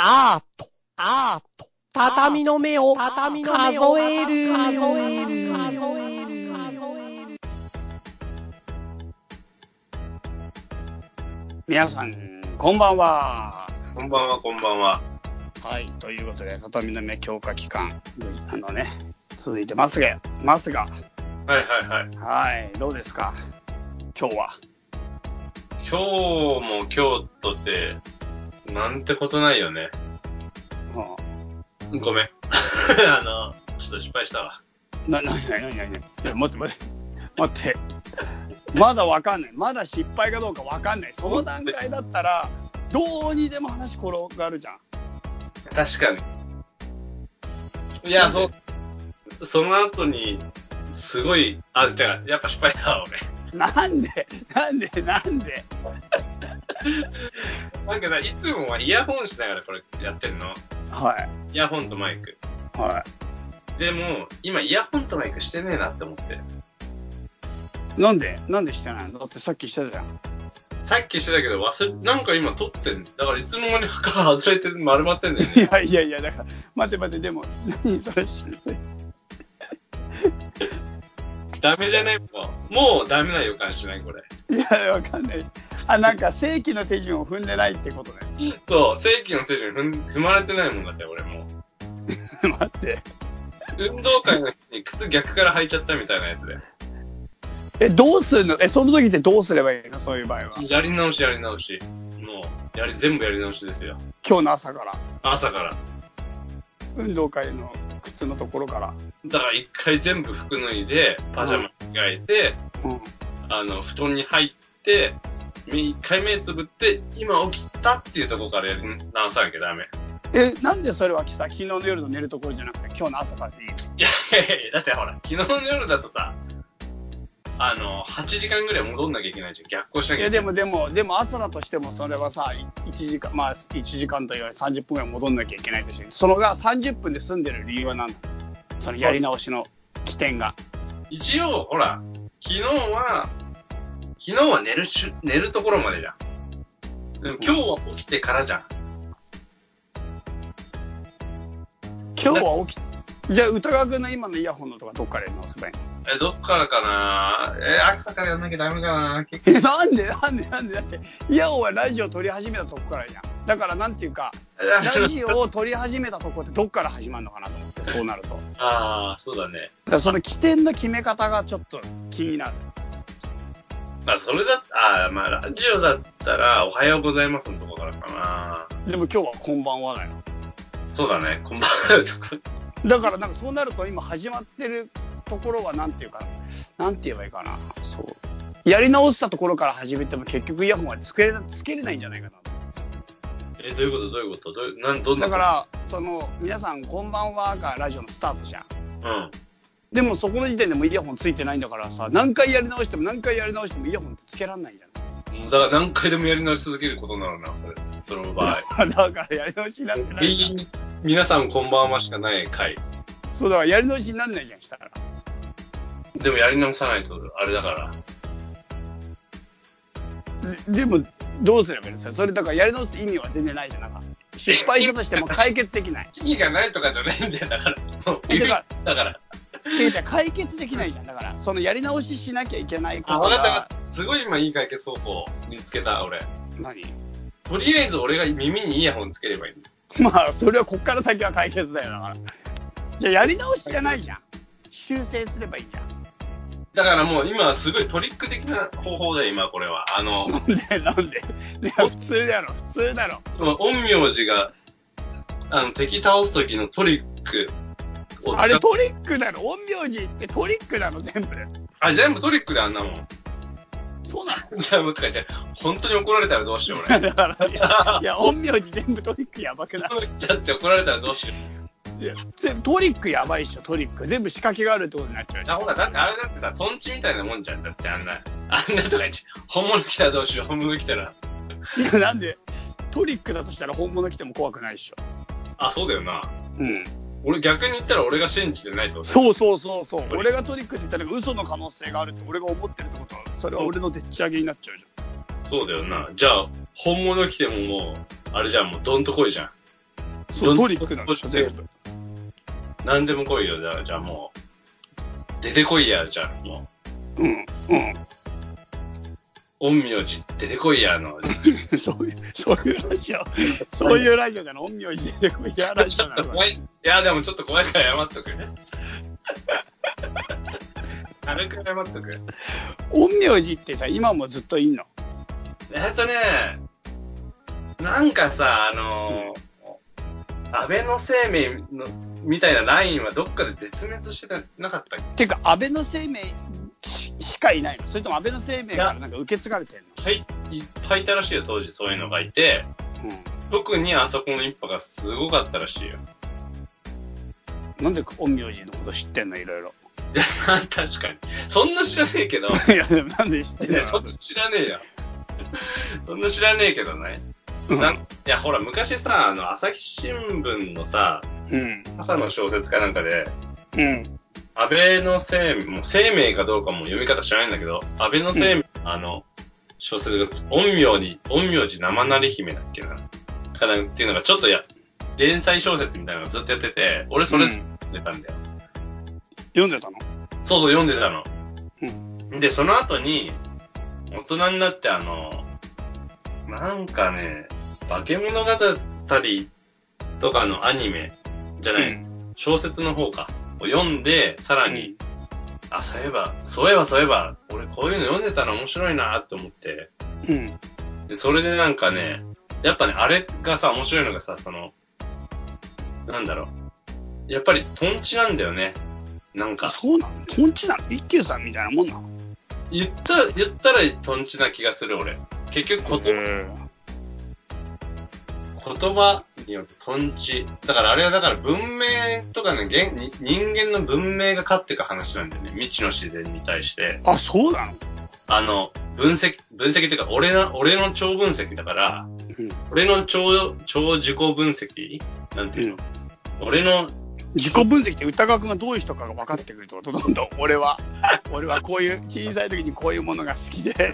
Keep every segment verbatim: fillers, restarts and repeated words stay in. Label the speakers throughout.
Speaker 1: アート、アート、畳の目を数える、数える、数える。皆さん、こんばんは。
Speaker 2: こんばんは、こんばんは。
Speaker 1: はい、ということで、畳の目強化期間、あのね、続いてますが、ますが。
Speaker 2: はいはいはい。
Speaker 1: はい、どうですか、今日は。
Speaker 2: 今日も京都って、なんてことないよね。
Speaker 1: は
Speaker 2: あ、ごめん。あの、ちょっと失敗したわ。
Speaker 1: な、な、な、な、な、な、いや、待って待って、待って。まだわかんない。まだ失敗かどうかわかんない。その段階だったら、どうにでも話転がるじゃん。
Speaker 2: 確かに。いや、そう、その後に、すごい、あ、じゃあ、やっぱ失敗だわ、俺。
Speaker 1: なんでなんでなんで
Speaker 2: なんかさ、いつもはイヤホンしながらこれやってんの。
Speaker 1: はい。
Speaker 2: イヤホンとマイク。
Speaker 1: は
Speaker 2: い。でも、今イヤホンとマイクしてねえなって思って。
Speaker 1: なんでなんでしてないの？だってさっきしてたじゃん。
Speaker 2: さっきしてたけど忘れ、なんか今撮ってんだからいつの間にか外れて丸まってんだよね。
Speaker 1: いやいやいや、だから、待って待って、でも、何それ知らない。
Speaker 2: ダメじゃねもう、もうダメな予感しないこれ。
Speaker 1: いや、わかんない。あ、なんか正規の手順を踏んでないってことね。
Speaker 2: そう、正規の手順踏ん踏まれてないもんだって俺も
Speaker 1: う。待って。
Speaker 2: 運動会の日に靴逆から履いちゃったみたいなやつで。
Speaker 1: え、どうするの？え、その時ってどうすればいいの？そういう場合は。
Speaker 2: やり直しやり直し。もう、やり、全部やり直しですよ。
Speaker 1: 今日の朝から。
Speaker 2: 朝から。
Speaker 1: 運動会の靴のところから。
Speaker 2: だから一回全部服脱いで、パジャマ着替えて、
Speaker 1: うん、
Speaker 2: あの、布団に入って、一回目つぶって、今起きたっていうところからやり直さなきゃダメ。
Speaker 1: え、なんでそれはさ、昨日の夜の寝るところじゃなくて、今日の朝からでいい？い
Speaker 2: やいやいや、だってほら、昨日の夜だとさ、あの、はちじかんぐらい戻んなきゃいけないじゃん。逆行しなきゃいけない。
Speaker 1: や、でも、でも、でも朝だとしても、それはさ、いちじかん、まあ、いちじかんというよりさんじゅっぷんぐらい戻んなきゃいけないとして、そのがさんじゅっぷんで済んでる理由は何だ？そのやり直しの起点が。
Speaker 2: 一応、ほら、昨日は、昨日は寝るし、寝るところまでじゃん。でも今日は起きてからじゃん。
Speaker 1: 今日は起き、じゃあ、歌川くんの今のイヤホンのとかどっからやり直せばいいの？
Speaker 2: え、どっからかなえ、朝からやんなきゃダメかな
Speaker 1: え、なんでなんでなんでだって、イヤホンはラジオ撮り始めたとこからじゃん。だから、なんていうか、ラジオを撮り始めたとこってどっから始まるのかなと思って、そうなると。
Speaker 2: ああ、そうだね。
Speaker 1: だからその起点の決め方がちょっと気になる。
Speaker 2: まあ、それだった、ああ、まあ、ラジオだったら、おはようございますのとこからかな。
Speaker 1: でも今日はこんばんはだよ。
Speaker 2: そうだね、こんばんは。
Speaker 1: だからなんかそうなると今始まってるところはなんていうか、なんて言えばいいかな。そう。やり直したところから始めても結局イヤホンはつけれ、つけれないんじゃないかな。
Speaker 2: え、どういうことどういうことどうなん、どんな
Speaker 1: だから、その、皆さんこんばんはがラジオのスタートじゃん。
Speaker 2: うん。
Speaker 1: でもそこの時点でもうイヤホンついてないんだからさ、何回やり直しても何回やり直してもイヤホンってつけらんないんじゃない？
Speaker 2: だから何回でもやり直し続けることになるな、それ。その場合。
Speaker 1: だからやり直しになってないじゃん。
Speaker 2: 永遠に皆さんこんばんはしかない回。
Speaker 1: そうだからやり直しにならないじゃん、したら。
Speaker 2: でもやり直さないと、あれだから。
Speaker 1: で, でも、どうすればいいの？それだからやり直す意味は全然ないじゃん。なんか失敗したとしても解決できない。
Speaker 2: 意味がないとかじゃないんだよ、だから。もう
Speaker 1: だから、
Speaker 2: だから。
Speaker 1: 違う違う、解決できないじゃん。だから、そのやり直ししなきゃいけないこと
Speaker 2: あ、
Speaker 1: が。
Speaker 2: わかった。すごい今いい解決方法見つけた、俺。
Speaker 1: 何？
Speaker 2: とりあえず俺が耳にイヤホンつければいいんだ。
Speaker 1: まあ、それはこっから先は解決だよ、だから。じゃあやり直しじゃないじゃん。修正すればいいじゃん。
Speaker 2: だからもう今すごいトリック的な方法だよ、今これは。あの、
Speaker 1: なんでなんでいや、普通だろ、普通だろ。
Speaker 2: 陰陽師が、あの、敵倒す時のトリックを使っ
Speaker 1: あれトリックなの？陰陽師ってトリックなの？全部。
Speaker 2: あ、全部トリックであんなもん。
Speaker 1: そうなの？
Speaker 2: じゃあ、もうとか言って、本当に怒られたらどうしよう、俺。
Speaker 1: だから、いや、いや陰陽師全部トリックやばくない？
Speaker 2: だって怒られたらどうしよう。
Speaker 1: いや、全部トリックやばいっしょ、トリック。全部仕掛けがあるってことになっちゃうじゃ
Speaker 2: あ、ほら、だってあれだってさ、トンチみたいなもんじゃん。だってあんな、あんなとか言って、本物来たらどうしよう、本物来たら。
Speaker 1: ん。いや、なんで、トリックだとしたら本物来ても怖くないっしょ。
Speaker 2: あ、そうだよな。
Speaker 1: うん。
Speaker 2: 俺逆に言ったら俺が信じてないと。
Speaker 1: そうそうそうそう。俺がトリックって言ったら嘘の可能性があるって俺が思ってるってことは、それは俺のでっち上げになっちゃうじ
Speaker 2: そうだよな。じゃあ、本物来てももう、あれじゃん、もうどんとこいじゃん。
Speaker 1: そう、トリックなんでしょ、全部。
Speaker 2: 何でも来いよ、じゃあ、じゃあもう。出てこいや、じゃあ、も
Speaker 1: う。うん、うん。
Speaker 2: 陰陽師出てこいやの。
Speaker 1: そういう、そういうラジオ。そういうラジオじゃない。陰陽師出てこいやラジオなの。
Speaker 2: 怖い。いや、でもちょっと怖いから謝っとく。軽く謝っとく。
Speaker 1: 陰陽師ってさ、今もずっといんの？
Speaker 2: えっとね、なんかさ、あのー、安倍の生命のみたいなラインはどっかで絶滅してなかったっけ？
Speaker 1: てか、安倍の生命し, しかいないの？それとも安倍の生命からなんか受け継がれてんの？
Speaker 2: はい、いっぱいいたらしいよ、当時そういうのがいて。うん、特にあそこの一派がすごかったらしいよ。
Speaker 1: なんで陰陽師のこと知ってんの？いろいろ。
Speaker 2: いや、確かに。そんな知らねえけど。い
Speaker 1: や、なんで知ってんの？
Speaker 2: そんな知らねえよ。そんな知らねえけどね。うん、なんいや、ほら、昔さ、あの、朝日新聞のさ、うん、朝の小説かなんかで、うん、安倍の生命、もう生命かどうかも読み方知らないんだけど、安倍の生命、うん、あの、小説が、陰陽に、陰陽師生成姫だっけな。かなっていうのがちょっとや、連載小説みたいなのをずっとやってて、俺それ読んでたんだよ。
Speaker 1: うん、読んでたの？
Speaker 2: そうそう、読んでたの。うん、で、その後に、大人になってあの、なんかね、化け物語とかのアニメじゃない、うん、小説の方か、を読んで、さらに、うん、あ、そういえば、そういえばそういえば、俺こういうの読んでたら面白いなって思って、うん、で、それでなんかね、やっぱね、あれがさ、面白いのがさ、その、なんだろう、やっぱりトンチなんだよね。なんか。
Speaker 1: そうなの？トンチなの？一休さんみたいなもんなの？
Speaker 2: 言った、言ったらトンチな気がする、俺。結局言葉、言葉によってトンチ。だからあれはだから文明とかね、人間の文明が勝っていく話なんだよね。未知の自然に対して。
Speaker 1: あ、そうなの？
Speaker 2: あの、分析、分析っていうか、俺の、俺の超分析だから、うん、俺の超、超自己分析なんていうの、うん、俺の、
Speaker 1: 自己分析って歌川くんがどういう人かが分かってくるってこと？どんどん俺は、俺はこういう、小さい時にこういうものが好きで。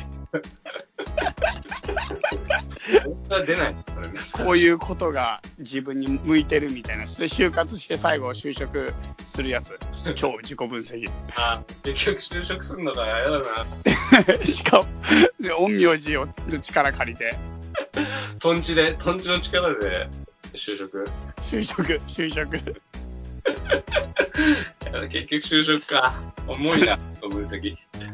Speaker 2: 出ない、これね。
Speaker 1: こういうことが自分に向いてるみたいな。それで就活して最後就職するやつ。超自己分析。
Speaker 2: あ、結局就職するのか、やだ
Speaker 1: な。しかも、で、陰陽師を力借りて。
Speaker 2: トンチで、トンチの力で就職。
Speaker 1: 就職、就職。
Speaker 2: 結局就職か。重いな、分析。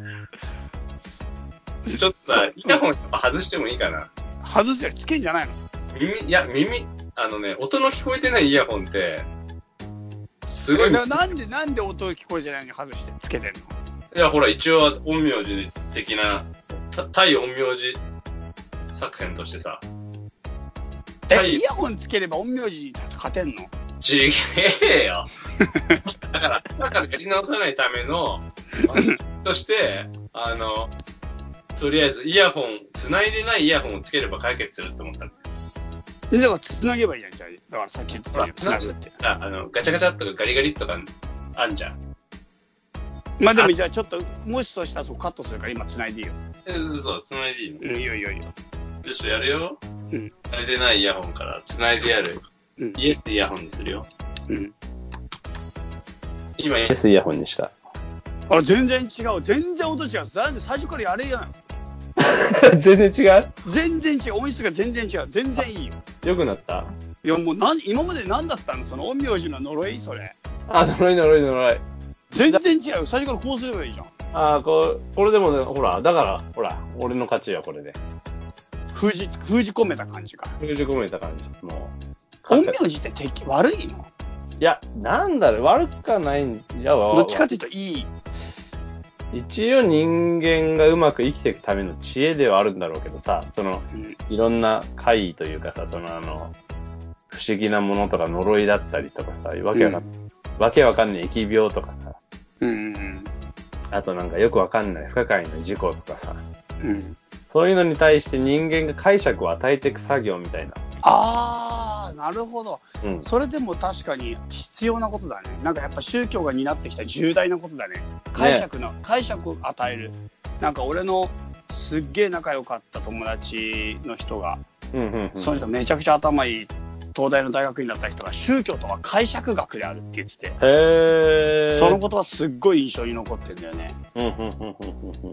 Speaker 2: ちょっとさ、イヤホンやっぱ外してもいいかな。
Speaker 1: 外すよりつけんじゃないの？
Speaker 2: 耳、いや、耳、あのね、音の聞こえてないイヤホンって、すごい。
Speaker 1: なんで、なんで音聞こえてないのに外してつけてんの？
Speaker 2: いや、ほら、一応、陰陽師的な、対陰陽師作戦としてさ。
Speaker 1: え、イヤホンつければ陰陽師に勝てんの？
Speaker 2: ちげえよ。だから、朝からやり直さないための、として、あの、とりあえずイヤホン、繋いでないイヤホンをつければ解決するって思ったんだよ。
Speaker 1: で、だから繋げばいいじゃん、じゃあ。だからさっき言ってたよ、繋ぐって。
Speaker 2: あ、あの、ガチャガチャとかガリガリとかあんじゃん。
Speaker 1: まあでもじゃあちょっと、もしそうしたらそうカットするから今繋いでいいよ。
Speaker 2: え、嘘、繋いでいいの？
Speaker 1: うん、いいよいいよいいよ。
Speaker 2: よし、やるよ。うん。繋いでないイヤホンから繋いでやる。うん。イエスイヤホンにするよ。うん。今イエスイヤホンにした。
Speaker 1: あ、全然違う。全然音違う。なんで最初からやれやん。
Speaker 2: 全然違う？
Speaker 1: 全然違う。音質が全然違う。全然いいよ。
Speaker 2: 良くなった？
Speaker 1: いやもうなん今まで何だったの？その陰陽師の呪いそれ。
Speaker 2: あ、呪い呪い呪い。
Speaker 1: 全然違う。最初からこうすればいいじゃん。
Speaker 2: ああ、これ、これでもね、ほら、だから、ほら、俺の勝ちや、これで。
Speaker 1: 封じ、封じ込めた感じか。
Speaker 2: 封じ込めた感じ。も
Speaker 1: う。陰陽師って敵、悪いの？
Speaker 2: いや、なんだろう、悪くはないん、いや、
Speaker 1: どっちかっていうといい。
Speaker 2: 一応人間がうまく生きていくための知恵ではあるんだろうけどさ、その、うん、いろんな怪異というかさ、そのあの、不思議なものとか呪いだったりとかさ、わけわかんない、うん、わけわかんない疫病とかさ、うんうんうん、あとなんかよくわかんない不可解な事故とかさ、うん、そういうのに対して人間が解釈を与えていく作業みたいな。
Speaker 1: あー、なるほど、うん。それでも確かに必要なことだね。なんかやっぱ宗教が担ってきた重大なことだね。解釈の、ね、解釈を与える。なんか俺のすっげえ仲良かった友達の人が、うんうんうん、その人めちゃくちゃ頭いい東大の大学院だった人が宗教とは解釈学であるって言ってて、
Speaker 2: へー。
Speaker 1: そのことはすっごい印象に残ってるんだよね。
Speaker 2: うん、うん、うん、うん、うん。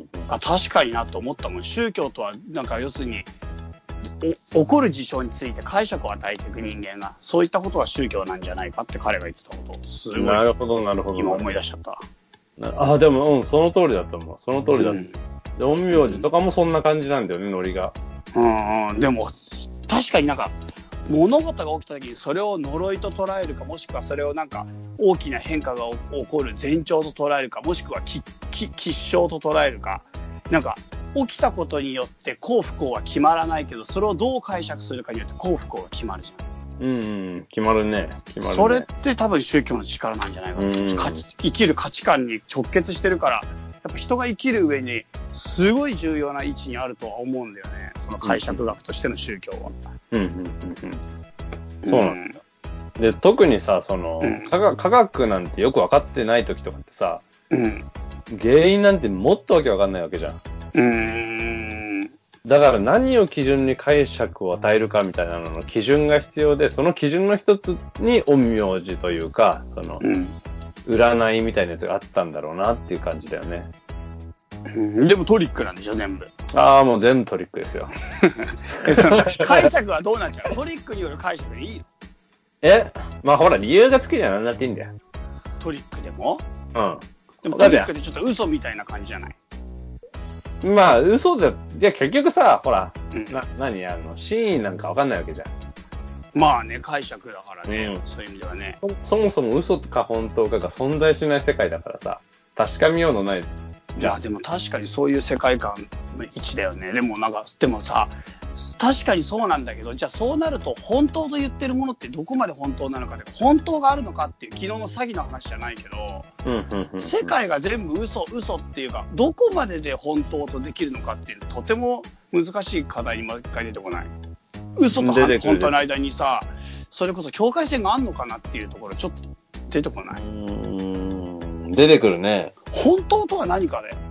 Speaker 1: あ、確かになと思ったもん。宗教とは、なんか要するに、起こる事象について解釈を与えていく人間が、そういったことは宗教なんじゃないかって彼が言ってたこと、すごい。
Speaker 2: なるほど、なるほど。
Speaker 1: 今思い出しちゃった。
Speaker 2: あ、でも、うん、その通りだと思う。その通りだ。うん、で、陰陽師とかもそんな感じなんだよね、ノリが。
Speaker 1: うん、でも、確かになんか、物事が起きた時にそれを呪いと捉えるか、もしくはそれをなんか大きな変化が起こる前兆と捉えるか、もしくは吉祥と捉えるか、なんか起きたことによって幸不幸は決まらないけど、それをどう解釈するかによって幸不幸が決まるじゃん。
Speaker 2: うん、うん、決まるね。決まるね。
Speaker 1: それって多分宗教の力なんじゃないかな。生きる価値観に直結してるから、やっぱ人が生きる上にすごい重要な位置にあるとは思うんだよね。その解釈学としての宗教は。
Speaker 2: うんうんうんうん。そうなんだ。うん、で、特にさ、その、うん、科学、科学なんてよく分かってない時とかってさ、うん、原因なんてもっとわけ分かんないわけじゃん。うーん。だから何を基準に解釈を与えるかみたいなのの基準が必要で、その基準の一つに陰陽師というか、その、うん、占いみたいなやつがあったんだろうなっていう感じだよね。
Speaker 1: うん、でもトリックなんでしょ、全部。
Speaker 2: ああ、もう全部トリックですよ。
Speaker 1: その解釈はどうなっちゃう？トリックによる解釈でいいの？
Speaker 2: えまあほら、理由がつけりゃなんだっていいんだよ。
Speaker 1: トリックでも？
Speaker 2: うん。
Speaker 1: でもトリックでちょっと嘘みたいな感じじゃない？
Speaker 2: まあ、嘘で、じゃあ結局さ、ほら、うん、な、何あの、真意なんかわかんないわけじゃん。
Speaker 1: まあね、解釈だからね、うん、そういう意味ではね。
Speaker 2: そ, そもそも嘘か本当かが存在しない世界だからさ、確かめようのない。
Speaker 1: いや、でも確かにそういう世界観の位置だよね。でもなんか、でもさ、確かにそうなんだけど、じゃあそうなると本当と言ってるものってどこまで本当なのかで、本当があるのかっていう昨日の詐欺の話じゃないけど、うんうんうんうん、世界が全部嘘嘘っていうか、どこまでで本当とできるのかっていうとても難しい課題に毎回出てこない。嘘と本当の間にさ、それこそ境界線があんのかなっていうところちょっと出てこない。う
Speaker 2: ーん、出てくるね。
Speaker 1: 本当とは何かで。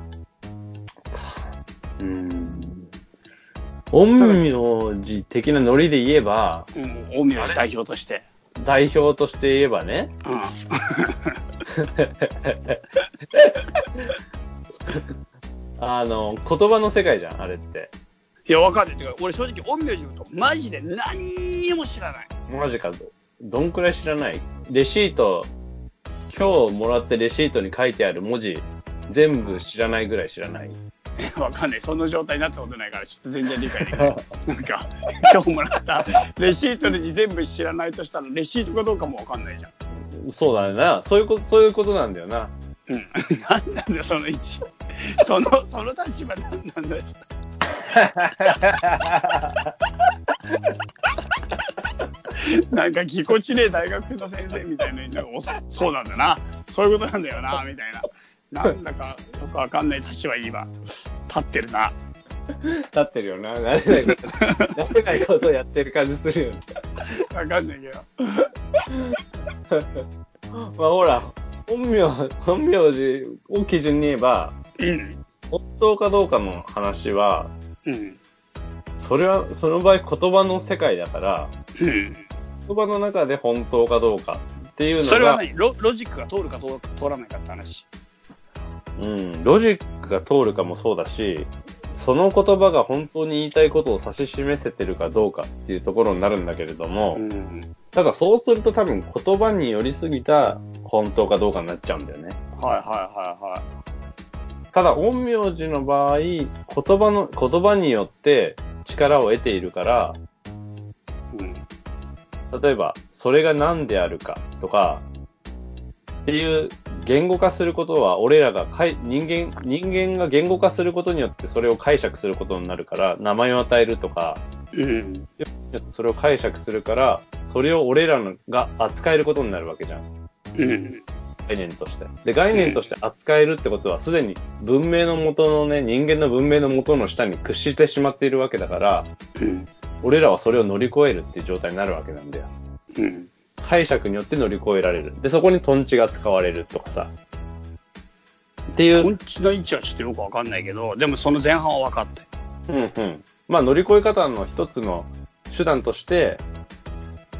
Speaker 2: うーん。陰陽師的なノリで言えば、
Speaker 1: うん、陰陽師代表として。
Speaker 2: 代表として言えばね。うん。あの、言葉の世界じゃん、あれって。
Speaker 1: いや、わかんない。てか、俺正直陰陽師のことマジで何にも知らない。
Speaker 2: マジか。どんくらい知らない？レシート、今日もらってレシートに書いてある文字、全部知らないぐらい知らない？
Speaker 1: わかんない。その状態になったことないから、ちょっと全然理解できない。なんか、今日もらったレシートの字全部知らないとしたら、レシートかどうかもわかんないじゃ
Speaker 2: ん。そうだねな。そういうこと、そういうことなんだよな。
Speaker 1: うん。なんなんだよ、その位置。その、その立場なんなんだよ。なんかぎこちねえ大学の先生みたいな、なんかそうなんだな、そういうことなんだよなみたいな、なんだかよくわかんない立場に今立ってるな。
Speaker 2: 立ってるよな。慣れないこと、慣れないことをやってる感じするよね。
Speaker 1: わかんないけど。
Speaker 2: まあほら、本名、本名字を基準に言えば、うん、本当かどうかの話は、うん、それは、その場合言葉の世界だから、うん、言葉の中で本当かどうかっていうのが。
Speaker 1: それは何？ ロ, ロジックが通るか通らないかって話。
Speaker 2: うん、ロジックが通るかもそうだし、その言葉が本当に言いたいことを指し示せてるかどうかっていうところになるんだけれども、うん、ただそうすると多分言葉に寄りすぎた本当かどうかになっちゃうんだよね。
Speaker 1: はいはいはいはい。
Speaker 2: ただ陰陽師の場合、言葉の、言葉によって力を得ているから、うん、例えば、それが何であるかとか、っていう言語化することは、俺らがかい人間、人間が言語化することによってそれを解釈することになるから、名前を与えるとか、うん、それを解釈するから、それを俺らが扱えることになるわけじゃん。うん、概念として。で、概念として扱えるってことは、すでに文明の元のね、人間の文明の元の下に屈してしまっているわけだから、うん、俺らはそれを乗り越えるっていう状態になるわけなんだよ。うん、解釈によって乗り越えられる。で、そこにトンチが使われるとかさ。っていう。
Speaker 1: トンチの位置はちょっとよくわかんないけど、でもその前半は分かった。
Speaker 2: うんうん。まあ乗り越え方の一つの手段として、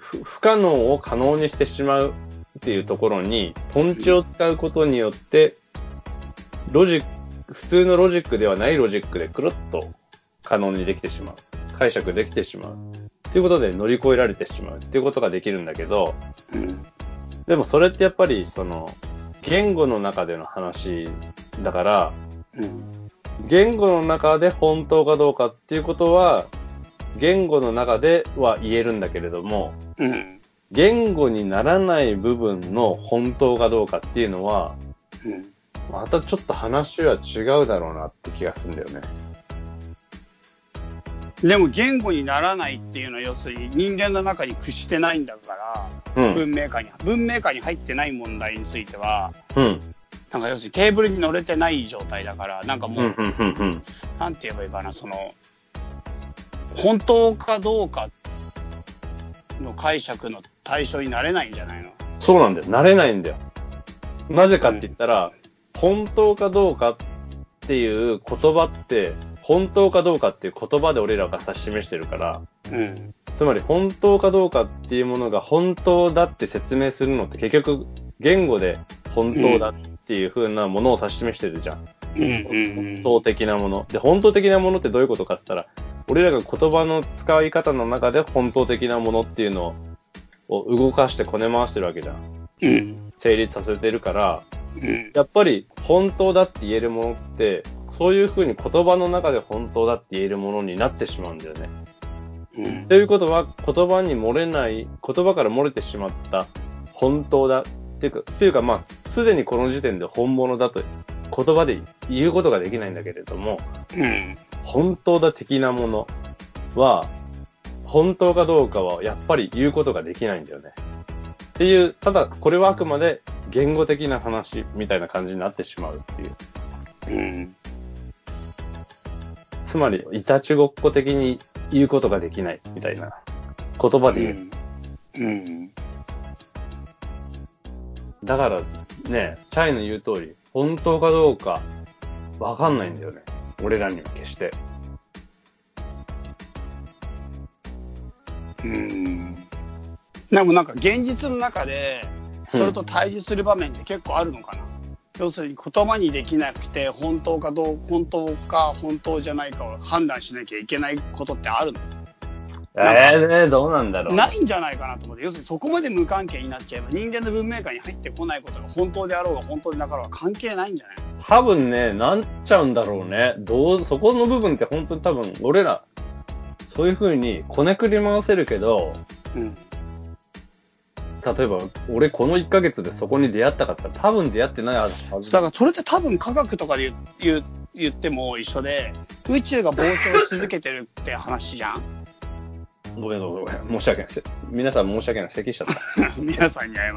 Speaker 2: 不可能を可能にしてしまうっていうところに、トンチを使うことによって、ロジック、普通のロジックではないロジックでくるっと可能にできてしまう。解釈できてしまう。っていうことで乗り越えられてしまうっていうことができるんだけど、うん、でもそれってやっぱりその、言語の中での話だから、うん、言語の中で本当かどうかっていうことは、言語の中では言えるんだけれども、うん、言語にならない部分の本当かどうかっていうのは、うん、またちょっと話は違うだろうなって気がするんだよね。
Speaker 1: でも言語にならないっていうのは要するに人間の中に屈してないんだから、うん、文明下に、文明下に入ってない問題については、うん、なんか要するにテーブルに乗れてない状態だから、なんかもう、うんうんうんうん、なんて言えばいいかな、その、本当かどうかの解釈の対象になれないんじゃないの？
Speaker 2: そうなんだよ。なれないんだよ。なぜかって言ったら、うん、本当かどうかっていう言葉って、本当かどうかっていう言葉で俺らが指し示してるから、うん、つまり本当かどうかっていうものが本当だって説明するのって結局言語で本当だっていう風なものを指し示してるじゃん。うん、本当的なもの。で、本当的なものってどういうことかって言ったら、俺らが言葉の使い方の中で本当的なものっていうのを動かしてこね回してるわけじゃん。うん、成立させてるから、うん、やっぱり本当だって言えるものって、そういう風に言葉の中で本当だって言えるものになってしまうんだよね。うん、ということは、言葉に漏れない、言葉から漏れてしまった本当だっていうか、っていうかまあ、すでにこの時点で本物だと言葉で言うことができないんだけれども、うん、本当だ的なものは、本当かどうかはやっぱり言うことができないんだよね。っていう、ただこれはあくまで言語的な話みたいな感じになってしまうっていう。うん、つまり、いたちごっこ的に言うことができないみたいな言葉で言う。うんうん、だからね、チャイの言う通り、本当かどうかわかんないんだよね。俺らには決して。
Speaker 1: うーん。でもなんか現実の中で、それと対峙する場面って結構あるのかな、うん、要するに言葉にできなくて、本当かどう、本当か本当じゃないかを判断しなきゃいけないことってあるの？
Speaker 2: えー、ね、どうなんだろう。
Speaker 1: ないんじゃないかなと思って。要するにそこまで無関係になっちゃえば、人間の文明下に入ってこないことが本当であろうが本当でなかろうが関係ないんじゃないの？
Speaker 2: 多分ね、なっちゃうんだろうね。どう、そこの部分って本当に多分、俺ら、そういう風にこねくり回せるけど、うん、例えば、俺このいっかげつでそこに出会ったかって言ったら多分出会ってないはず。
Speaker 1: だからそれって多分科学とかで言う、言っても一緒で、宇宙が膨張し続けてるって話じゃん。
Speaker 2: ごめんごめんごめん。申し訳ない。皆さん申し訳ない。咳しちゃった。
Speaker 1: 皆さんに謝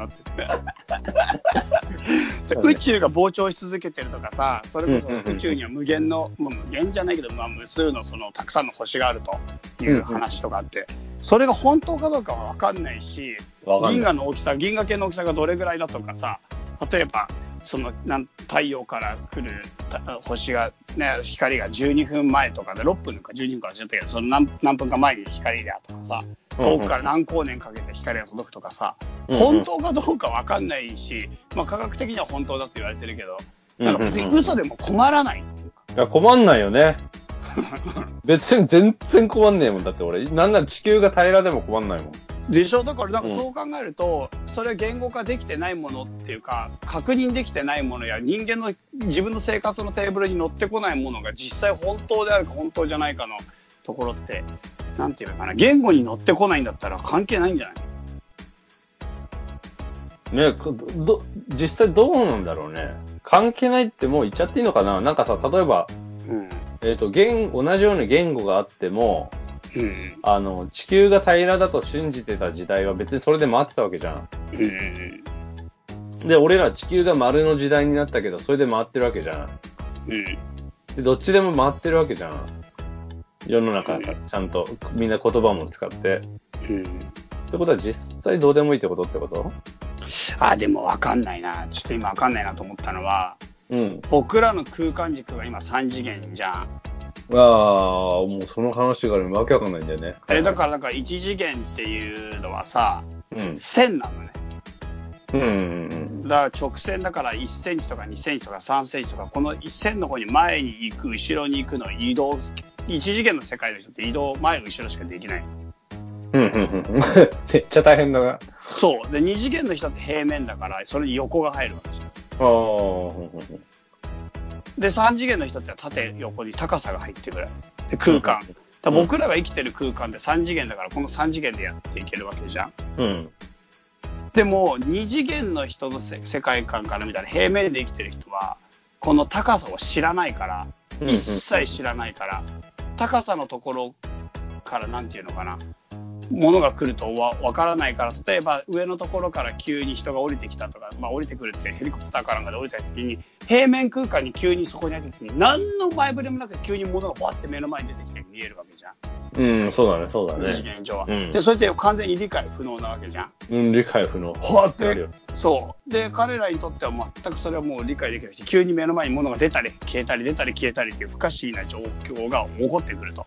Speaker 1: って宇宙が膨張し続けてるとかさ、それこそ宇宙には無限の、まあ、無限じゃないけど、まあ、無数のそのたくさんの星があるという話とかあって、それが本当かどうかは分かんないし、銀河の大きさ、銀河系の大きさがどれぐらいだとかさ、例えばそのなん太陽から来る星が、ね、光がじゅうにふんまえとかでろっぷんかじゅうにふんか忘れちゃったけど、その 何, 何分か前に光だとかさ、遠くから何光年かけて光が届くとかさ、うんうん、本当かどうか分かんないし、まあ、科学的には本当だって言われてるけど、なんか別に嘘でも困らないっていうか。
Speaker 2: いや、困んないよね。別に全然困んねえもん。だって俺、なんなら地球が平らでも困んないもん。
Speaker 1: でしょ。だからなんかそう考えると、うん、それは言語化できてないものっていうか、確認できてないものや人間の自分の生活のテーブルに乗ってこないものが実際本当であるか本当じゃないかのところって、なんていうのかな、言語に乗ってこないんだったら関係ないんじゃ
Speaker 2: ない？ね、ど実際どうなんだろうね。関係ないってもう言っちゃっていいのかな。なんかさ、例えば、うん、えっと言同じような言語があっても。うん、あの地球が平らだと信じてた時代は別にそれで回ってたわけじゃん、うん、で俺ら地球が丸の時代になったけどそれで回ってるわけじゃん、うん、でどっちでも回ってるわけじゃん世の中、うん、ちゃんとみんな言葉も使って、うん、ってことは実際どうでもいいってことってこと？
Speaker 1: あ、でも分かんないな。ちょっと今分かんないなと思ったのは、うん、僕らの空間軸が今さん次元じゃん。
Speaker 3: ああ、もうその話がわけわかんないんだよね。
Speaker 1: え、だからなんか一次元っていうのはさ、
Speaker 3: うん。
Speaker 1: 線なのね。
Speaker 3: うんうんうん。
Speaker 1: だから直線だからいっセンチとかにセンチとかさんセンチとか、このいっ線の方に前に行く、後ろに行くの移動、一次元の世界の人って移動、前後ろしかできない。
Speaker 3: うんうんうん。めっちゃ大変だな。
Speaker 1: そう。で、二次元の人って平面だから、それに横が入るわけですよ。
Speaker 3: ああ。
Speaker 1: で、三次元の人って縦横に高さが入ってくる。で、空間。だ僕らが生きてる空間って三次元だから、この三次元でやっていけるわけじゃん。
Speaker 3: うん。
Speaker 1: でも、二次元の人の世界観から見たら、平面で生きてる人は、この高さを知らないから、一切知らないから、高さのところからなんていうのかな、ものが来るとわわからないから、例えば上のところから急に人が降りてきたとか、まあ降りてくるってヘリコプターかなんかで降りた時に、平面空間に急にそこにあった時に、何の前触れもなく急に物がバッて目の前に出てきて見えるわけじゃん。
Speaker 3: うん、そうだね、そうだね。
Speaker 1: 二次元上は。
Speaker 3: うん、
Speaker 1: で、それって完全に理解不能なわけじゃん。
Speaker 3: うん、理解不能。はぁってなるよ。
Speaker 1: そう。で、彼らにとっては全くそれはもう理解できないし、急に目の前に物が出たり、消えたり、出たり、消えたりっていう不可思議な状況が起こってくると。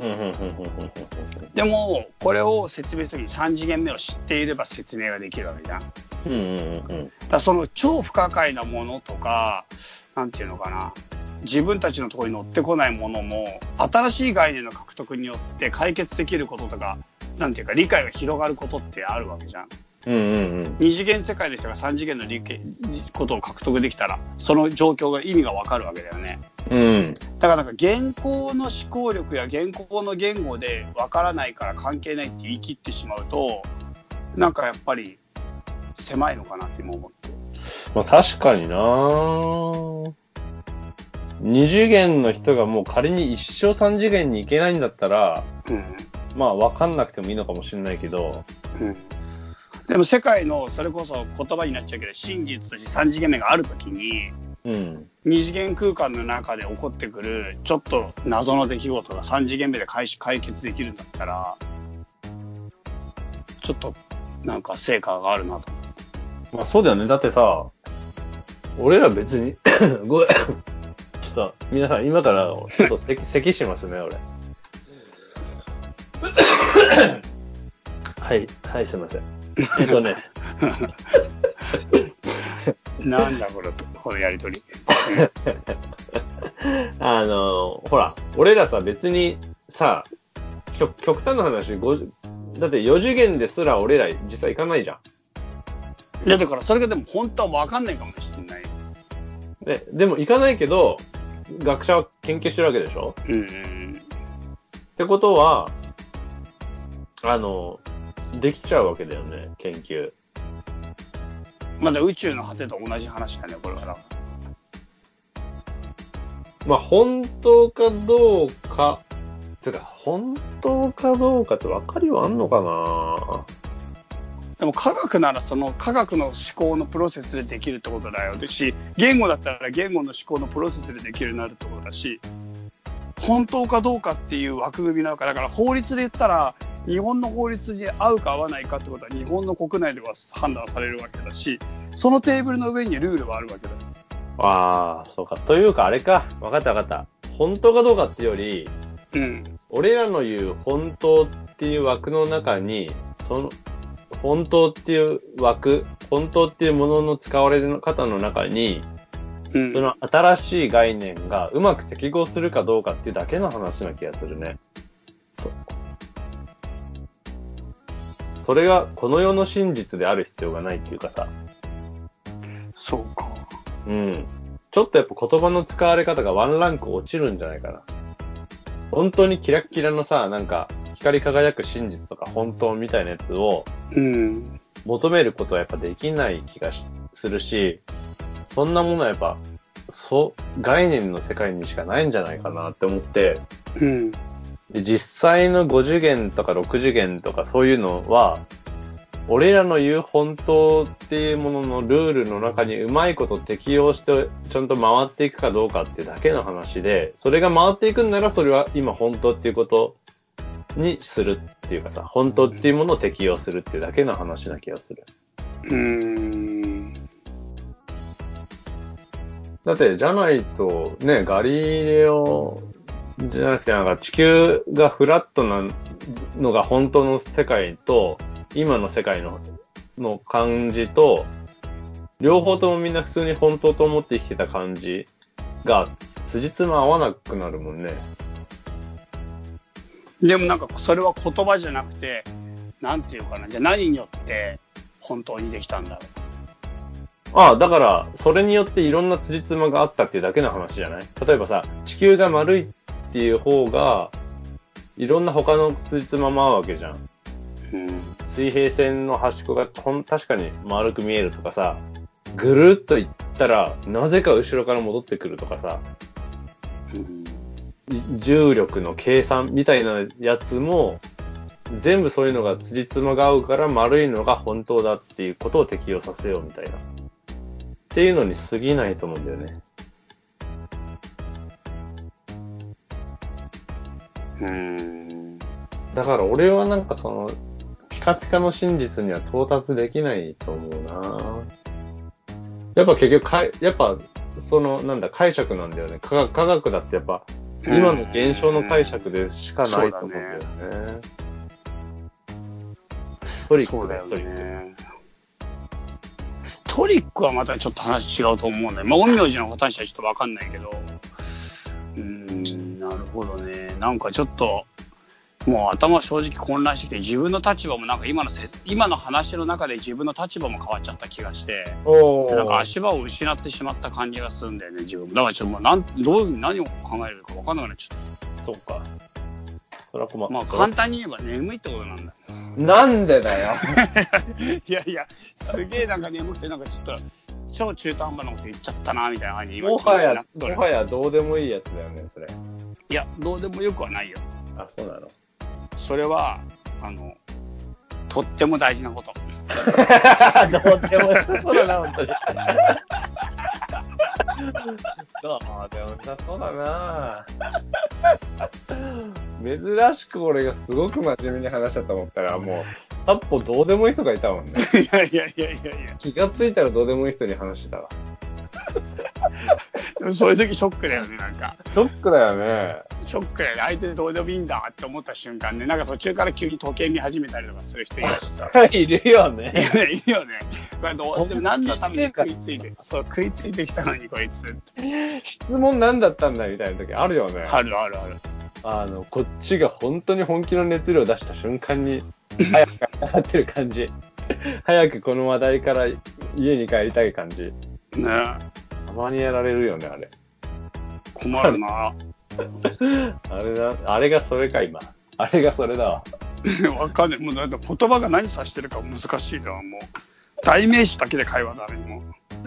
Speaker 1: でも、これを説明するにさん次元目を知っていれば説明ができるわけじゃん。
Speaker 3: うんうんうん、
Speaker 1: だからその超不可解なものとか、なんていうのかな、自分たちのところに乗ってこないものも、新しい概念の獲得によって解決できることとか、なんていうか理解が広がることってあるわけじゃん。
Speaker 3: うんうんうん、
Speaker 1: 二次元世界の人が三次元の理解ことを獲得できたら、その状況が意味がわかるわけだよね。
Speaker 3: うん。
Speaker 1: だからなんか現行の思考力や現行の言語でわからないから関係ないって言い切ってしまうと、なんかやっぱり狭いのかなって今思って。
Speaker 3: まあ確かにな二次元の人がもう仮に一生三次元に行けないんだったら、うん、まあわかんなくてもいいのかもしれないけど、
Speaker 1: うん、でも世界のそれこそ言葉になっちゃうけど真実として三次元目があるときに、うん、二次元空間の中で起こってくるちょっと謎の出来事が三次元目で解決できるんだったら、ちょっとなんか成果があるなと。
Speaker 3: まあそうだよね。だってさ、俺ら別にごめんちょっと皆さん今からちょっと咳咳しますね俺。はいはいすいません。えっとね。
Speaker 1: なんだこれこのやりとり。
Speaker 3: あのほら俺らさ別にさ極極端な話だってよ次元ですら俺ら実際行かないじゃん。
Speaker 1: いやだからそれがでも本当は分かんないかもしれない。
Speaker 3: ででも行かないけど学者は研究してるわけでしょ。うん。ってことはあのできちゃうわけだよね研究。
Speaker 1: まだ宇宙の果てと同じ話だねこれは。
Speaker 3: まあ本当かどうかつうか本当かどうかって分かりはあんのかな。
Speaker 1: でも科学ならその科学の思考のプロセスでできるってことだよし、言語だったら言語の思考のプロセスでできるようになるってことだし、本当かどうかっていう枠組みなのか、だから法律で言ったら日本の法律に合うか合わないかってことは日本の国内では判断されるわけだし、そのテーブルの上にルールはあるわけだよ。
Speaker 3: ああ、そうか。というかあれか。分かった分かった。本当かどうかっていうより、うん、俺らの言う本当っていう枠の中に、その本当っていう枠、本当っていうものの使われる方の中に、うん、その新しい概念がうまく適合するかどうかっていうだけの話な気がするね。そ, それがこの世の真実である必要がないっていうかさ。
Speaker 1: そうか。
Speaker 3: うん。ちょっとやっぱ言葉の使われ方がワンランク落ちるんじゃないかな。本当にキラッキラのさ、なんか光り輝く真実とか本当みたいなやつを、うん、求めることはやっぱできない気がするし、そんなものはやっぱ、そう、概念の世界にしかないんじゃないかなって思って、うん、で実際のご次元とかろく次元とかそういうのは、俺らの言う本当っていうもののルールの中にうまいこと適用してちゃんと回っていくかどうかっていうだけの話で、それが回っていくんならそれは今本当っていうことにするっていうかさ、本当っていうものを適用するっていうだけの話な気がする。うーん。だってじゃないとね、ガリレオじゃなくてなんか地球がフラットなのが本当の世界と、今の世界の、の感じと、両方ともみんな普通に本当と思って生きてた感じが、辻褄合わなくなるもんね。
Speaker 1: でもなんかそれは言葉じゃなくて、なんていうかな、じゃあ何によって本当にできたんだろう。
Speaker 3: ああ、だから、それによっていろんな辻褄があったっていうだけの話じゃない？例えばさ、地球が丸いっていう方が、いろんな他の辻褄も合うわけじゃん。
Speaker 1: うん、
Speaker 3: 水平線の端っこがほん確かに丸く見えるとかさ、ぐるっといったら、なぜか後ろから戻ってくるとかさ、
Speaker 1: うん、
Speaker 3: 重力の計算みたいなやつも、全部そういうのが辻褄が合うから丸いのが本当だっていうことを適用させようみたいな。っていうのに過ぎないと思うんだよね。
Speaker 1: うーん。
Speaker 3: だから俺はなんかその、ピカピカの真実には到達できないと思うな。やっぱ結局かい、やっぱ、その、なんだ、解釈なんだよね。科学、科学だってやっぱ、今の現象の解釈でしかないと思うんだよね。トリックだよ、トリック。
Speaker 1: トリックはまたちょっと話違うと思うんだよ。まあ、陰陽師の方にしたらちょっとわかんないけど。うーん、なるほどね。なんかちょっと、もう頭正直混乱してきて、自分の立場もなんか今のせ、今の話の中で自分の立場も変わっちゃった気がして、なんか足場を失ってしまった感じがするんだよね、自分も。だからちょっともうなん、どういうふうに何を考えるかわかんなくなっちゃった。
Speaker 3: そっか。それは困った。
Speaker 1: まあ簡単に言えば眠いってことなんだ。
Speaker 3: なんでだよ。
Speaker 1: いやいや、すげえなんか眠くて、なんかちょっと、超中途半端なこと言っちゃったな、みたいな感じに今
Speaker 3: もはや、
Speaker 1: 気持ちになっとる
Speaker 3: もはやどうでもいいやつだよね、それ。
Speaker 1: いや、どうでもよくはないよ。
Speaker 3: あ、そうなの。
Speaker 1: それは、あの、とっても大事なこと。
Speaker 3: どうでもよさそうだな、本当に。どうでもよさそうだな。珍しく俺がすごく真面目に話したと思ったら、もう、タッポどうでもいい人がいたもんね。
Speaker 1: いやいやいやいやいや。
Speaker 3: 気がついたらどうでもいい人に話してたわ。
Speaker 1: そういう時ショックだよね、なんか。
Speaker 3: ショックだよね。
Speaker 1: ショックだよね。相手どうでもいいんだって思った瞬間ね、なんか途中から急に時計見始めたりとかする人いるしさ。
Speaker 3: いるよね。
Speaker 1: いやいるよね。これどうでも何のために食いついて、そう、食いついてきたのにこいつ。
Speaker 3: 質問何だったんだみたいな時あるよね。
Speaker 1: あるあるある。
Speaker 3: あの、こっちが本当に本気の熱量を出した瞬間に、早く上がってる感じ。早くこの話題から家に帰りたい感じ。
Speaker 1: ね
Speaker 3: たまにやられるよね、あれ。
Speaker 1: 困るな。
Speaker 3: あれだ、あれがそれか、今。あれがそれだわ。
Speaker 1: わかんない。もうだって言葉が何指してるか難しいな、もう。代名詞だけで会話だね、も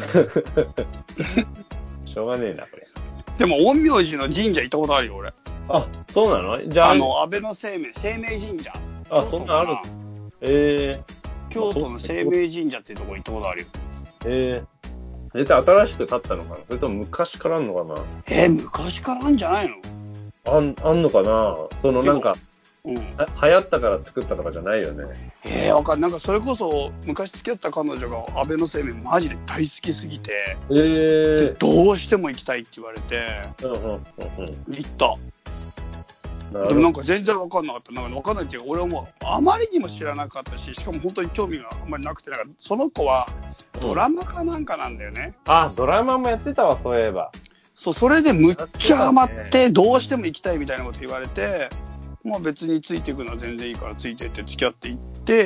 Speaker 3: う。しょうがねえな、これ。
Speaker 1: でも、陰陽師の神社行ったことあるよ、俺。
Speaker 3: あ、そうなの？じゃあ、
Speaker 1: あの、安倍の生命、生命神社。
Speaker 3: あ、そんなある？ええ
Speaker 1: ー。京都の生命神社っていうところ行ったことあるよ。
Speaker 3: ええー。絶対新しく建ったのかな？それとも昔からあんのかな？
Speaker 1: えー、昔からあんじゃないの？
Speaker 3: あん、あんのかな？そのなんか、
Speaker 1: うん、
Speaker 3: 流行ったから作ったとかじゃないよね。
Speaker 1: えー、わかんない。なんかそれこそ昔付き合った彼女が安倍の生命マジで大好きすぎて、
Speaker 3: えー、
Speaker 1: でどうしても行きたいって言われて、
Speaker 3: うんうんうんうん、
Speaker 1: 行った。でもなんか全然わかんなかった。なんかわかんないっていうか、俺はもうあまりにも知らなかったし、しかも本当に興味があんまりなくて、なんかその子はドラマかなんかなんだよね。
Speaker 3: うん、あ、ドラマもやってたわ、そういえば。
Speaker 1: そう、それでむっちゃハマって、どうしても行きたいみたいなこと言われて、まあ別についていくのは全然いいからついていって付き合っていって、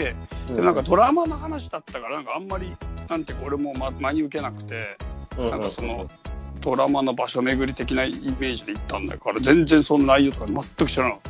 Speaker 1: でもなんかドラマの話だったから、なんかあんまり、なんていうか俺も真に受けなくて、なんかその、ドラマの場所巡り的なイメージで行ったんだから、全然その内容とか全く知らなかった。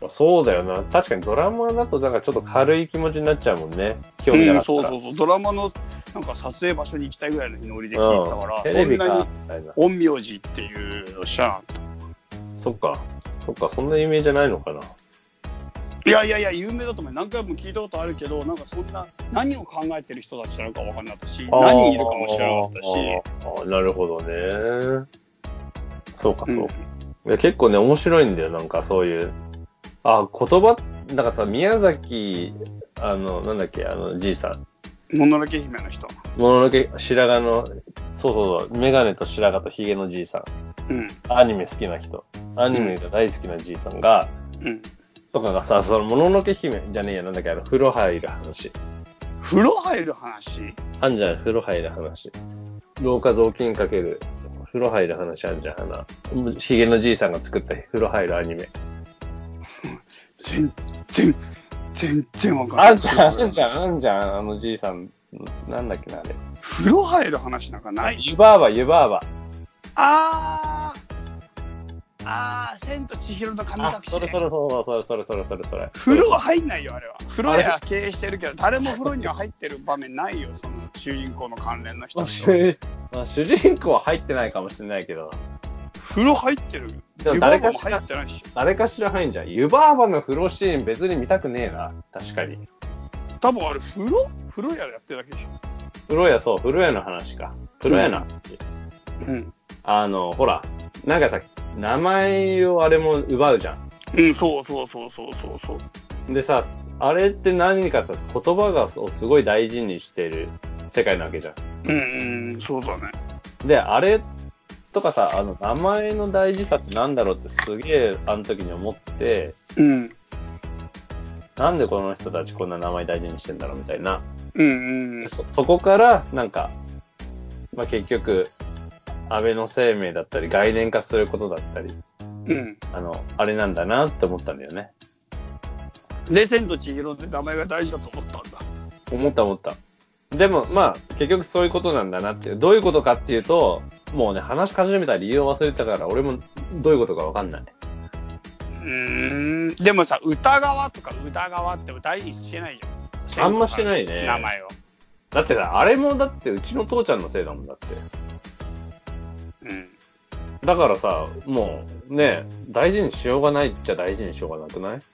Speaker 3: そうだよな。確かにドラマだと、だからちょっと軽い気持ちになっちゃうもんね。興味なかったら。
Speaker 1: うん、そうそうそう。ドラマの、なんか撮影場所に行きたいぐらいのノリで聞いたから、
Speaker 3: うん、テレビか
Speaker 1: そんなに陰陽師っていうの知らなかった。
Speaker 3: そっか。そっか、そんな有名じゃないのかな。
Speaker 1: いやいやいや、有名だと思う。何回も聞いたことあるけど、なんかそんな、何を考えてる人たちなのか分かんなかったし、何人いるかも知らなかったし。
Speaker 3: ああ、なるほどね。そうか、そう、うん。いや結構ね、面白いんだよ、なんかそういう。あ、言葉、なんかさ、宮崎、あの、なんだっけ、あの、じいさん。
Speaker 1: もののけ姫の人。
Speaker 3: もののけ、白髪の、そうそうそう、メガネと白髪とヒゲのじいさん。
Speaker 1: うん。
Speaker 3: アニメ好きな人。 アニメが大好きなじいさんが、
Speaker 1: うん。
Speaker 3: とかがさ、その、もののけ姫じゃねえや、なんだっけ、あの、風呂入る話。
Speaker 1: 風呂入る話
Speaker 3: あんじゃん、風呂入る話。老化雑巾かける、風呂入る話あんじゃん、あの、ヒゲのじいさんが作った風呂入るアニメ。
Speaker 1: 全然、全然わかんない。
Speaker 3: あんじゃん、あんじゃん、あんじゃん、あのじいさん。なんだっけな、あれ。
Speaker 1: 風呂入る話なんかない。
Speaker 3: 湯婆婆、湯婆婆。
Speaker 1: あー。あー、千と千尋の神隠し、ね。
Speaker 3: それそれそれそれそれそれそれ。
Speaker 1: 風呂は入んないよ、あれは。風呂屋経営してるけど、誰も風呂には入ってる場面ないよ、その主人公の関連の人。
Speaker 3: 主人公は入ってないかもしれないけど。
Speaker 1: 風呂入ってる。
Speaker 3: でも誰かしら
Speaker 1: 入ってないし。
Speaker 3: 誰かしら入んじゃん。湯婆婆の風呂シーン別に見たくねえな。確かに。
Speaker 1: 多分あれ、風呂風呂屋でやってるだけでしょ。
Speaker 3: 風呂屋、そう、風呂屋の話か。風呂屋の話。
Speaker 1: うん。うん、
Speaker 3: あの、ほら、なんかさ、名前をあれも奪うじゃん。
Speaker 1: うん、そうそうそうそうそうそう。
Speaker 3: でさ、あれって何かさ、言葉がをすごい大事にしてる世界なわけじゃん。
Speaker 1: うん、うん、そうだね。
Speaker 3: で、あれとかさ、あの、名前の大事さってなんだろうってすげえあの時に思って、
Speaker 1: うん。
Speaker 3: なんでこの人たちこんな名前大事にしてんだろうみたいな。
Speaker 1: うんうん。
Speaker 3: そ、そこから、なんか、まあ、結局、安倍の生命だったり、概念化することだったり、
Speaker 1: うん。
Speaker 3: あの、あれなんだなって思ったんだよね。
Speaker 1: で、千と千尋って名前が大事だと思ったんだ。
Speaker 3: 思った思った。でも、まあ、結局そういうことなんだなって。どういうことかっていうと、もうね、話し始めた理由を忘れたから、俺もどういうことかわかんない。
Speaker 1: うーん。でもさ、歌川とか歌川って歌いにしてないじゃん。
Speaker 3: あんましてないね。
Speaker 1: 名前を。
Speaker 3: だってさ、あれもだってうちの父ちゃんのせいだもんだって。
Speaker 1: うん。
Speaker 3: だからさ、もうね、大事にしようがないっちゃ大事にしようがなくないう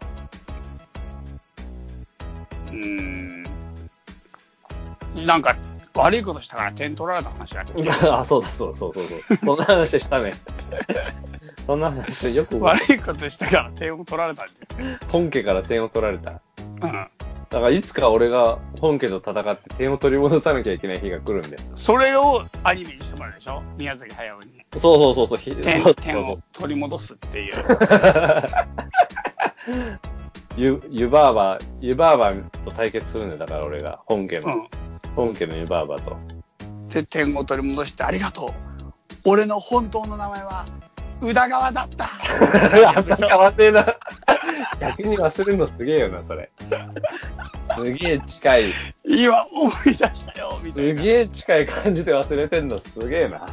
Speaker 1: ーん。なんか、悪いことしたから点取られた話だけど。
Speaker 3: あ、そうだ、そうそうそうそう。そんな話したね。そんな話よく
Speaker 1: 悪いことしたから点を取られたんですよ。
Speaker 3: 本家から点を取られた。
Speaker 1: うん。
Speaker 3: だからいつか俺が本家と戦って点を取り戻さなきゃいけない日が来るんだよ。
Speaker 1: それをアニメにしてもらうでしょ、宮崎駿に。
Speaker 3: そうそうそうそう。
Speaker 1: 点、
Speaker 3: そう
Speaker 1: 点を取り戻すっていう。
Speaker 3: ゆ、ゆばあば、ゆばあばと対決するんだよ。だから俺が、本家の。うん、本家のゆばあばと。
Speaker 1: で、点を取り戻してありがとう。俺の本当の名前は、宇田川だった。
Speaker 3: 変わってえな。逆に忘れるのすげえよな、それ。すげえ近い。
Speaker 1: 今思い出したよ、みたいな。
Speaker 3: すげえ近い感じで忘れてんのすげえな。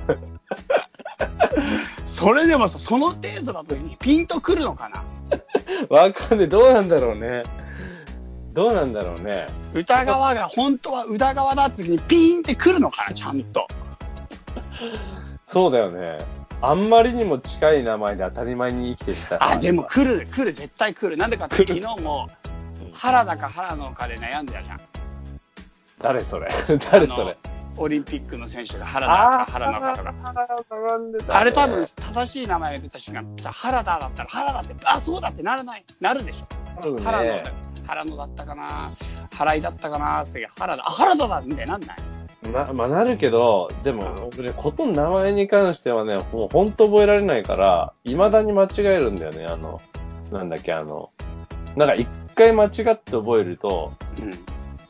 Speaker 1: それでもさ、その程度だとピンとくるのかな。
Speaker 3: わかんねえ、どうなんだろうね。どうなんだろうね。
Speaker 1: 歌川が本当は宇田川だって時にピーンってくるのかな、ちゃんと。
Speaker 3: そうだよね。あんまりにも近い名前で当たり前に生きてきた。
Speaker 1: あ、でも来る、来る、絶対来る。なんでかって昨日も、原田か原野かで悩んでたじゃん。
Speaker 3: 誰それ誰それ
Speaker 1: オリンピックの選手が原田か原野かとか。あれ多分正しい名前が出た瞬間、さ、原田だったら原田って、あ、そうだってならない。なるでしょ。ね、原野だ。原野だったかな、原井だったかなって、原田、あ、原田だみたいになんない。
Speaker 3: な、まあ、なるけど、でも、俺、ことの名前に関してはね、もうほんと覚えられないから、未だに間違えるんだよね、あの、なんだっけ、あの、なんか一回間違って覚えると、うん、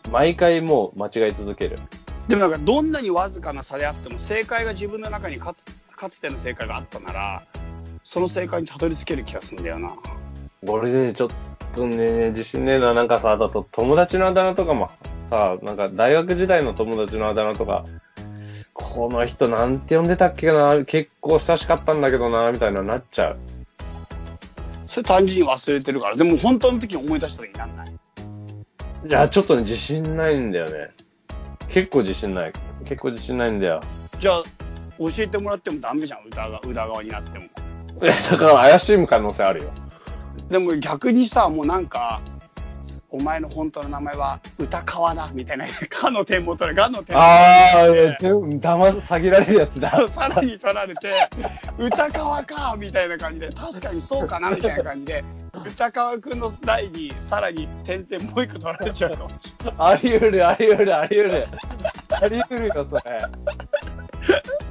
Speaker 3: 毎回もう間違い続ける。
Speaker 1: でもなんか、どんなにわずかな差であっても、正解が自分の中にかつ、かつての正解があったなら、その正解にたどり着ける気がするんだよな。
Speaker 3: 俺ね、ちょっとね、自信ねえな。なんかさ、だと友達のあだ名とかもさ、なんか大学時代の友達のあだ名とか、この人なんて呼んでたっけな、結構親しかったんだけどな、みたいななっちゃう。
Speaker 1: それ単純に忘れてるから。でも本当の時に思い出した時になんない？
Speaker 3: いや、ちょっとね、自信ないんだよね。結構自信ない。結構自信ないんだよ。
Speaker 1: じゃあ、教えてもらってもダメじゃん、宇田川、宇田川になっても。
Speaker 3: いや、だから怪しむ可能性あるよ。で
Speaker 1: も逆にさ、もうなんか、お前の本当の名前は歌川だみたいな、かの点も取れ、がの点も取れ。
Speaker 3: ああ、いや、全部騙す、詐欺られるやつだ。
Speaker 1: さらに取られて、歌川かみたいな感じで、確かにそうかなみたいな感じで、歌川くんの代にさらに点々もう一個取られちゃうかもしれない。
Speaker 3: あり得る、あり得る、あり得る。あり得るよ、それ。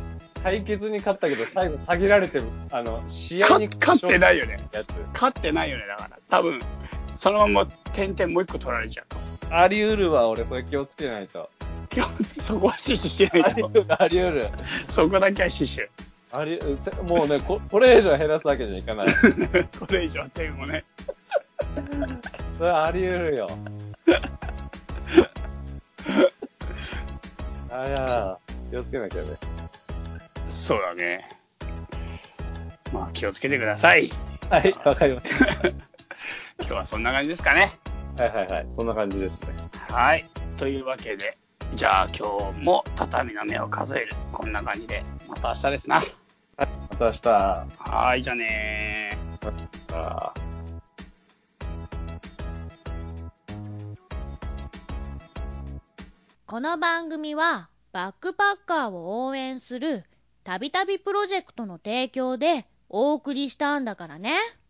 Speaker 3: 対決に勝ったけど、最後下げられて、あの、試合に
Speaker 1: 勝ってないよね。
Speaker 3: やつ。
Speaker 1: 勝ってないよね、だから。多分、そのまま点々もう一個取られちゃう。
Speaker 3: あり得るわ、俺、それ気をつけないと。
Speaker 1: そこは死守しないと。
Speaker 3: あり得る、あり得る。
Speaker 1: そこだけは死守。
Speaker 3: あり、もうねこ、これ以上減らすわけにはいかない。
Speaker 1: これ以上点もね。
Speaker 3: それあり得るよ。あいや、気をつけなきゃね。
Speaker 1: そうだね。まあ気をつけてください。
Speaker 3: はい、わかりました。
Speaker 1: 今日はそんな感じですかね。
Speaker 3: はいはいはい、そんな感じですね。
Speaker 1: はい。というわけで、じゃあ今日も畳の目を数える。こんな感じで、また明日ですな。
Speaker 3: はい、また明日。
Speaker 1: はい、じゃあねー。
Speaker 3: あ
Speaker 4: この番組はバックパッカーを応援するたびたびプロジェクトの提供でお送りしたんだからね。